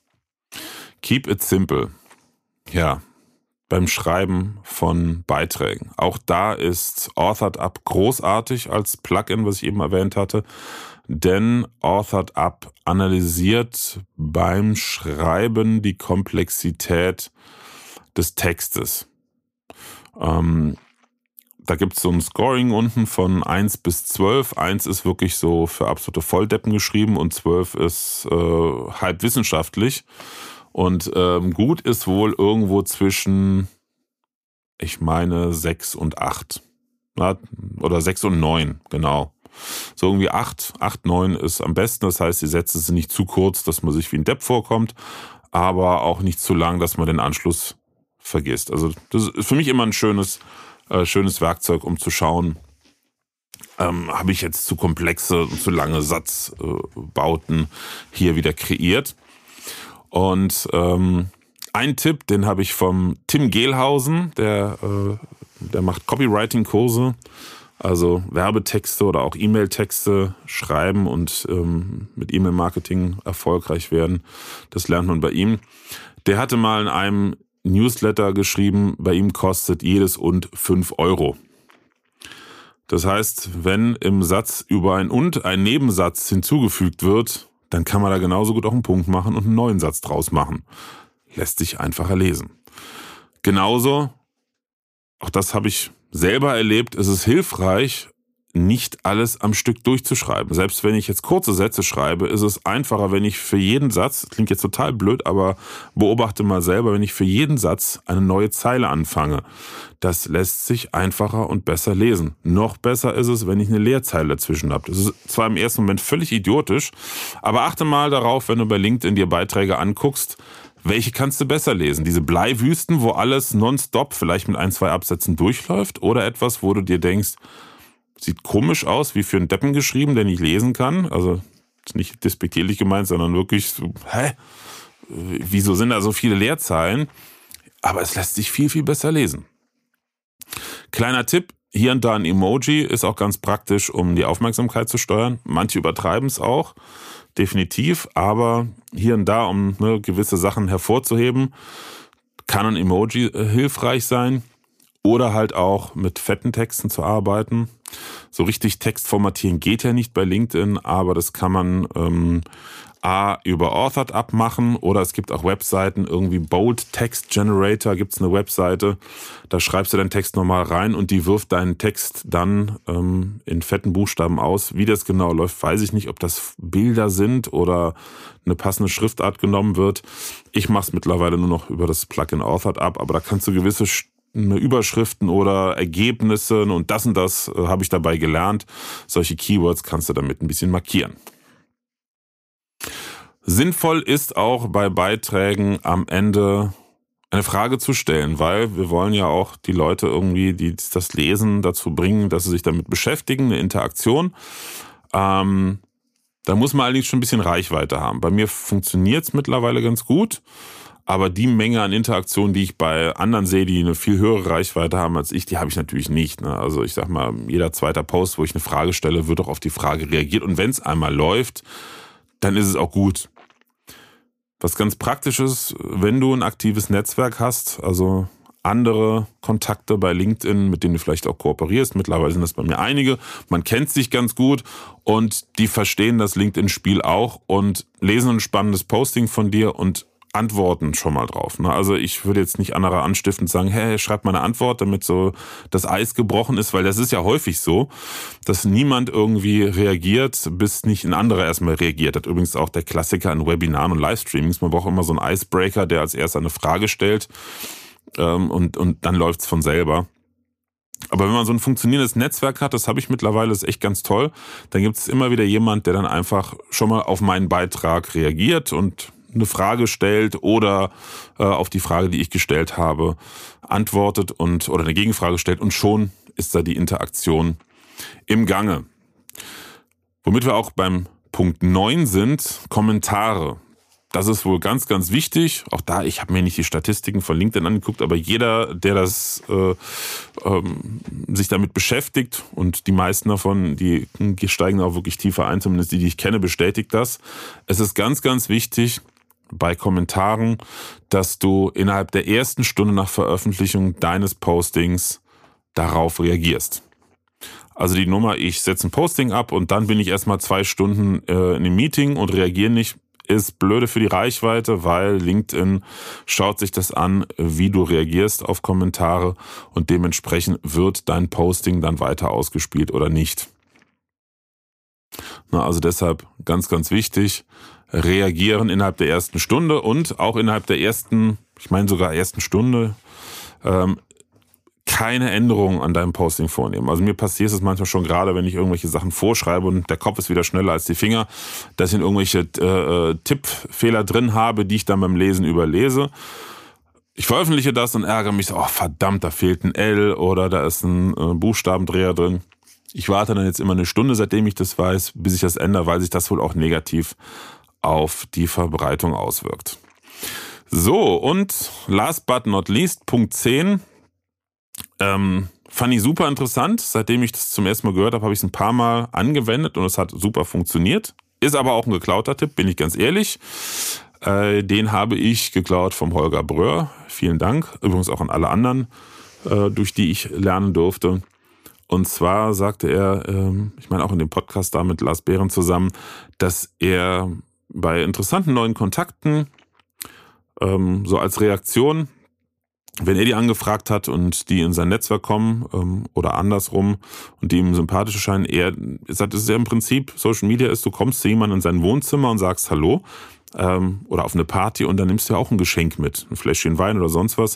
Keep it simple. Ja. Beim Schreiben von Beiträgen. Auch da ist AuthorEdUp großartig als Plugin, was ich eben erwähnt hatte, denn AuthorEdUp analysiert beim Schreiben die Komplexität des Textes. Ähm, da gibt es so ein Scoring unten von eins bis zwölf. eins ist wirklich so für absolute Volldeppen geschrieben und zwölf ist äh, halb wissenschaftlich. Und ähm, gut ist wohl irgendwo zwischen, ich meine, sechs und acht. Ja, oder sechs und neun, genau. So irgendwie acht, acht, neun ist am besten. Das heißt, die Sätze sind nicht zu kurz, dass man sich wie ein Depp vorkommt, aber auch nicht zu lang, dass man den Anschluss vergisst. Also das ist für mich immer ein schönes, äh, schönes Werkzeug, um zu schauen, ähm, habe ich jetzt zu komplexe und zu lange Satzbauten äh, hier wieder kreiert. Und ähm, ein Tipp, den habe ich vom Tim Gehlhausen, der, äh, der macht Copywriting-Kurse, also Werbetexte oder auch E-Mail-Texte schreiben und ähm, mit E-Mail-Marketing erfolgreich werden. Das lernt man bei ihm. Der hatte mal in einem Newsletter geschrieben, bei ihm kostet jedes und fünf Euro. Das heißt, wenn im Satz über ein und ein Nebensatz hinzugefügt wird, dann kann man da genauso gut auch einen Punkt machen und einen neuen Satz draus machen. Lässt sich einfacher lesen. Genauso, auch das habe ich selber erlebt, ist es hilfreich, nicht alles am Stück durchzuschreiben. Selbst wenn ich jetzt kurze Sätze schreibe, ist es einfacher, wenn ich für jeden Satz, klingt jetzt total blöd, aber beobachte mal selber, wenn ich für jeden Satz eine neue Zeile anfange. Das lässt sich einfacher und besser lesen. Noch besser ist es, wenn ich eine Leerzeile dazwischen habe. Das ist zwar im ersten Moment völlig idiotisch, aber achte mal darauf, wenn du bei LinkedIn dir Beiträge anguckst, welche kannst du besser lesen? Diese Bleiwüsten, wo alles nonstop vielleicht mit ein, zwei Absätzen durchläuft, oder etwas, wo du dir denkst, sieht komisch aus, wie für einen Deppen geschrieben, der nicht lesen kann. Also nicht despektierlich gemeint, sondern wirklich so, hä? Wieso sind da so viele Leerzeilen? Aber es lässt sich viel, viel besser lesen. Kleiner Tipp, hier und da ein Emoji ist auch ganz praktisch, um die Aufmerksamkeit zu steuern. Manche übertreiben es auch, definitiv, aber hier und da, um ne, gewisse Sachen hervorzuheben, kann ein Emoji äh, hilfreich sein. Oder halt auch mit fetten Texten zu arbeiten. So richtig Text formatieren geht ja nicht bei LinkedIn, aber das kann man ähm, A, über AuthorEdUp machen, oder es gibt auch Webseiten, irgendwie Bold Text Generator gibt es eine Webseite, da schreibst du deinen Text nochmal rein und die wirft deinen Text dann ähm, in fetten Buchstaben aus. Wie das genau läuft, weiß ich nicht, ob das Bilder sind oder eine passende Schriftart genommen wird. Ich mache es mittlerweile nur noch über das Plugin AuthorEdUp, aber da kannst du gewisse Überschriften oder Ergebnisse und das und das äh, habe ich dabei gelernt. Solche Keywords kannst du damit ein bisschen markieren. Sinnvoll ist auch bei Beiträgen am Ende eine Frage zu stellen, weil wir wollen ja auch die Leute irgendwie, die das lesen, dazu bringen, dass sie sich damit beschäftigen, eine Interaktion. Ähm, da muss man allerdings schon ein bisschen Reichweite haben. Bei mir funktioniert es mittlerweile ganz gut, aber die Menge an Interaktionen, die ich bei anderen sehe, die eine viel höhere Reichweite haben als ich, die habe ich natürlich nicht. Ne? Also ich sag mal, jeder zweite Post, wo ich eine Frage stelle, wird auch auf die Frage reagiert. Und wenn es einmal läuft, dann ist es auch gut. Was ganz praktisch ist, wenn du ein aktives Netzwerk hast, also andere Kontakte bei LinkedIn, mit denen du vielleicht auch kooperierst. Mittlerweile sind das bei mir einige. Man kennt sich ganz gut und die verstehen das LinkedIn-Spiel auch und lesen ein spannendes Posting von dir und antworten schon mal drauf. Also ich würde jetzt nicht andere anstiften und sagen, hey, schreib mal eine Antwort, damit so das Eis gebrochen ist, weil das ist ja häufig so, dass niemand irgendwie reagiert, bis nicht ein anderer erstmal reagiert. Das ist übrigens auch der Klassiker in Webinaren und Livestreamings. Man braucht immer so einen Icebreaker, der als erster eine Frage stellt ähm, und, und dann läuft's von selber. Aber wenn man so ein funktionierendes Netzwerk hat, das habe ich mittlerweile, das ist echt ganz toll, dann gibt es immer wieder jemand, der dann einfach schon mal auf meinen Beitrag reagiert und eine Frage stellt oder äh, auf die Frage, die ich gestellt habe, antwortet und oder eine Gegenfrage stellt und schon ist da die Interaktion im Gange. Womit wir auch beim Punkt neun sind, Kommentare. Das ist wohl ganz, ganz wichtig. Auch da, ich habe mir nicht die Statistiken von LinkedIn angeguckt, aber jeder, der das äh, ähm, sich damit beschäftigt und die meisten davon, die steigen auch wirklich tiefer ein, zumindest die, die ich kenne, bestätigt das. Es ist ganz, ganz wichtig bei Kommentaren, dass du innerhalb der ersten Stunde nach Veröffentlichung deines Postings darauf reagierst. Also die Nummer, ich setze ein Posting ab und dann bin ich erstmal zwei Stunden äh, in einem Meeting und reagiere nicht, ist blöde für die Reichweite, weil LinkedIn schaut sich das an, wie du reagierst auf Kommentare und dementsprechend wird dein Posting dann weiter ausgespielt oder nicht. Na, also deshalb ganz, ganz wichtig, reagieren innerhalb der ersten Stunde und auch innerhalb der ersten, ich meine sogar ersten Stunde, ähm, keine Änderungen an deinem Posting vornehmen. Also mir passiert es manchmal schon gerade, wenn ich irgendwelche Sachen vorschreibe und der Kopf ist wieder schneller als die Finger, dass ich irgendwelche äh, Tippfehler drin habe, die ich dann beim Lesen überlese. Ich veröffentliche das und ärgere mich so, oh verdammt, da fehlt ein L oder da ist ein äh, Buchstabendreher drin. Ich warte dann jetzt immer eine Stunde, seitdem ich das weiß, bis ich das ändere, weil sich das wohl auch negativ auf die Verbreitung auswirkt. So, und last but not least, Punkt zehn. Ähm, fand ich super interessant. Seitdem ich das zum ersten Mal gehört habe, habe ich es ein paar Mal angewendet und es hat super funktioniert. Ist aber auch ein geklauter Tipp, bin ich ganz ehrlich. Äh, den habe ich geklaut vom Holger Bröhr. Vielen Dank. Übrigens auch an alle anderen, äh, durch die ich lernen durfte. Und zwar sagte er, ähm, ich meine auch in dem Podcast da mit Lars Behren zusammen, dass er bei interessanten neuen Kontakten ähm, so als Reaktion, wenn er die angefragt hat und die in sein Netzwerk kommen ähm, oder andersrum und die ihm sympathisch erscheinen, er sagt, es ist ja im Prinzip, Social Media ist, du kommst zu jemandem in sein Wohnzimmer und sagst Hallo ähm, oder auf eine Party und dann nimmst du ja auch ein Geschenk mit, ein Fläschchen Wein oder sonst was.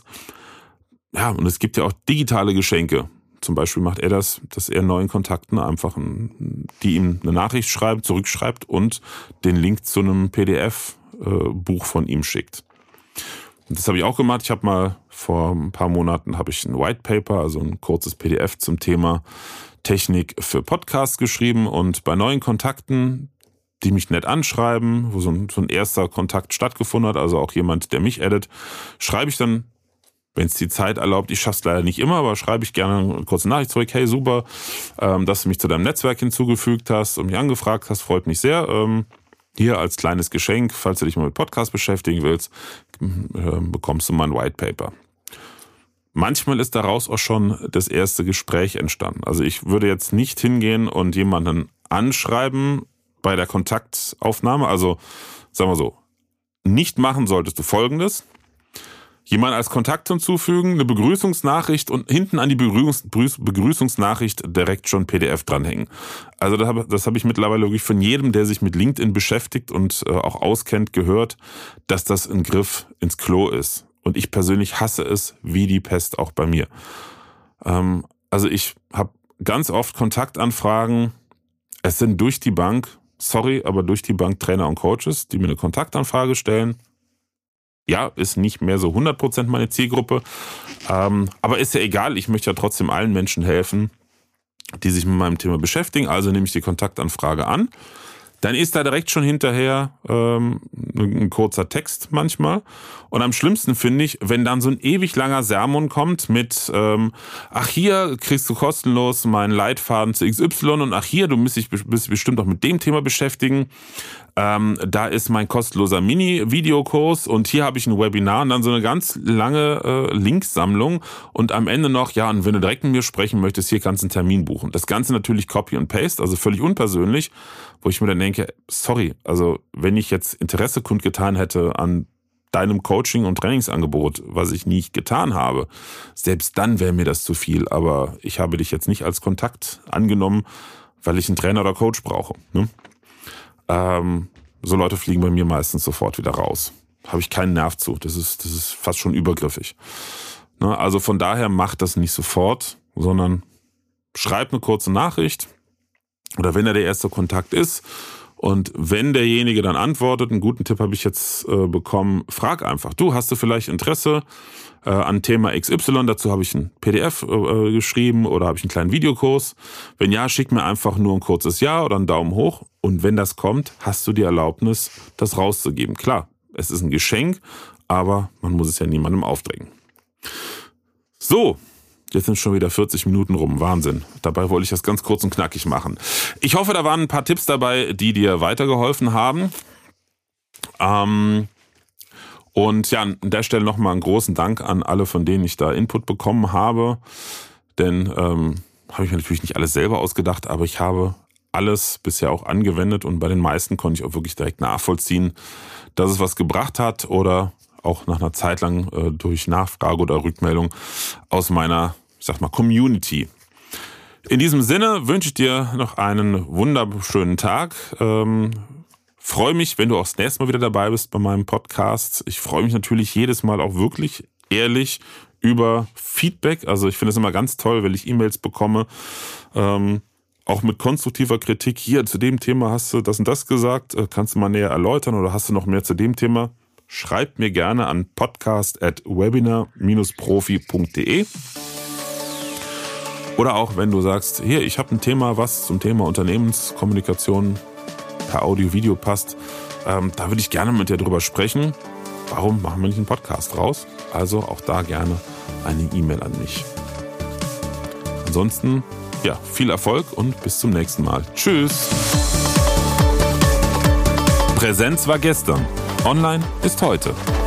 Ja, und es gibt ja auch digitale Geschenke. Zum Beispiel macht er das, dass er neuen Kontakten einfach, ein, die ihm eine Nachricht schreibt, zurückschreibt und den Link zu einem P D F-Buch von ihm schickt. Und das habe ich auch gemacht. Ich habe mal vor ein paar Monaten habe ich ein White Paper, also ein kurzes P D F zum Thema Technik für Podcasts geschrieben und bei neuen Kontakten, die mich nett anschreiben, wo so ein, so ein erster Kontakt stattgefunden hat, also auch jemand, der mich addet, schreibe ich dann, wenn es die Zeit erlaubt, ich schaffe es leider nicht immer, aber schreibe ich gerne eine kurze Nachricht zurück. Hey, super, ähm, dass du mich zu deinem Netzwerk hinzugefügt hast und mich angefragt hast, freut mich sehr. Ähm, hier als kleines Geschenk, falls du dich mal mit Podcast beschäftigen willst, äh, bekommst du mal ein White Paper. Manchmal ist daraus auch schon das erste Gespräch entstanden. Also ich würde jetzt nicht hingehen und jemanden anschreiben bei der Kontaktaufnahme. Also sagen wir so, nicht machen solltest du Folgendes. Jemand als Kontakt hinzufügen, eine Begrüßungsnachricht und hinten an die Begrüßungs- Begrüßungsnachricht direkt schon P D F dranhängen. Also das habe, das habe ich mittlerweile wirklich von jedem, der sich mit LinkedIn beschäftigt und äh, auch auskennt, gehört, dass das ein Griff ins Klo ist. Und ich persönlich hasse es wie die Pest auch bei mir. Ähm, also ich habe ganz oft Kontaktanfragen. Es sind durch die Bank, sorry, aber durch die Bank Trainer und Coaches, die mir eine Kontaktanfrage stellen. Ja, ist nicht mehr so hundert Prozent meine Zielgruppe. Ähm, aber ist ja egal, ich möchte ja trotzdem allen Menschen helfen, die sich mit meinem Thema beschäftigen. Also nehme ich die Kontaktanfrage an. Dann ist da direkt schon hinterher ähm, ein kurzer Text manchmal. Und am schlimmsten finde ich, wenn dann so ein ewig langer Sermon kommt mit ähm, ach hier kriegst du kostenlos meinen Leitfaden zu X Y und ach hier, du musst dich bestimmt auch mit dem Thema beschäftigen. Ähm, da ist mein kostenloser Mini-Videokurs und hier habe ich ein Webinar und dann so eine ganz lange äh, Linksammlung und am Ende noch, ja, und wenn du direkt mit mir sprechen möchtest, hier kannst du einen Termin buchen. Das Ganze natürlich Copy und Paste, also völlig unpersönlich, wo ich mir dann denke, sorry, also wenn ich jetzt Interesse kundgetan hätte an deinem Coaching- und Trainingsangebot, was ich nicht getan habe, selbst dann wäre mir das zu viel, aber ich habe dich jetzt nicht als Kontakt angenommen, weil ich einen Trainer oder Coach brauche, ne? Ähm, so Leute fliegen bei mir meistens sofort wieder raus. Habe ich keinen Nerv zu. Das ist, das ist fast schon übergriffig. Ne? Also von daher macht das nicht sofort, sondern schreibt eine kurze Nachricht. Oder wenn er der erste Kontakt ist. Und wenn derjenige dann antwortet, einen guten Tipp habe ich jetzt äh, bekommen, frag einfach. Du, hast du vielleicht Interesse äh, an Thema X Y? Dazu habe ich ein P D F äh, geschrieben oder habe ich einen kleinen Videokurs. Wenn ja, schick mir einfach nur ein kurzes Ja oder einen Daumen hoch. Und wenn das kommt, hast du die Erlaubnis, das rauszugeben. Klar, es ist ein Geschenk, aber man muss es ja niemandem aufdrängen. So. Jetzt sind schon wieder vierzig Minuten rum. Wahnsinn. Dabei wollte ich das ganz kurz und knackig machen. Ich hoffe, da waren ein paar Tipps dabei, die dir weitergeholfen haben. Ähm und ja, an der Stelle nochmal einen großen Dank an alle, von denen ich da Input bekommen habe. Denn ähm, habe ich mir natürlich nicht alles selber ausgedacht, aber ich habe alles bisher auch angewendet und bei den meisten konnte ich auch wirklich direkt nachvollziehen, dass es was gebracht hat oder auch nach einer Zeit lang äh, durch Nachfrage oder Rückmeldung aus meiner, ich sag mal, Community. In diesem Sinne wünsche ich dir noch einen wunderschönen Tag. Ähm, freue mich, wenn du auch das nächste Mal wieder dabei bist bei meinem Podcast. Ich freue mich natürlich jedes Mal auch wirklich ehrlich über Feedback. Also ich finde es immer ganz toll, wenn ich E-Mails bekomme, ähm, auch mit konstruktiver Kritik. Hier, zu dem Thema hast du das und das gesagt. Kannst du mal näher erläutern oder hast du noch mehr zu dem Thema? Schreibt mir gerne an podcast at webinar dash profi punkt de. Oder auch, wenn du sagst, hier, ich habe ein Thema, was zum Thema Unternehmenskommunikation per Audio-Video passt, ähm, da würde ich gerne mit dir drüber sprechen. Warum machen wir nicht einen Podcast raus? Also auch da gerne eine E-Mail an mich. Ansonsten, ja, viel Erfolg und bis zum nächsten Mal. Tschüss! Präsenz war gestern. Online ist heute.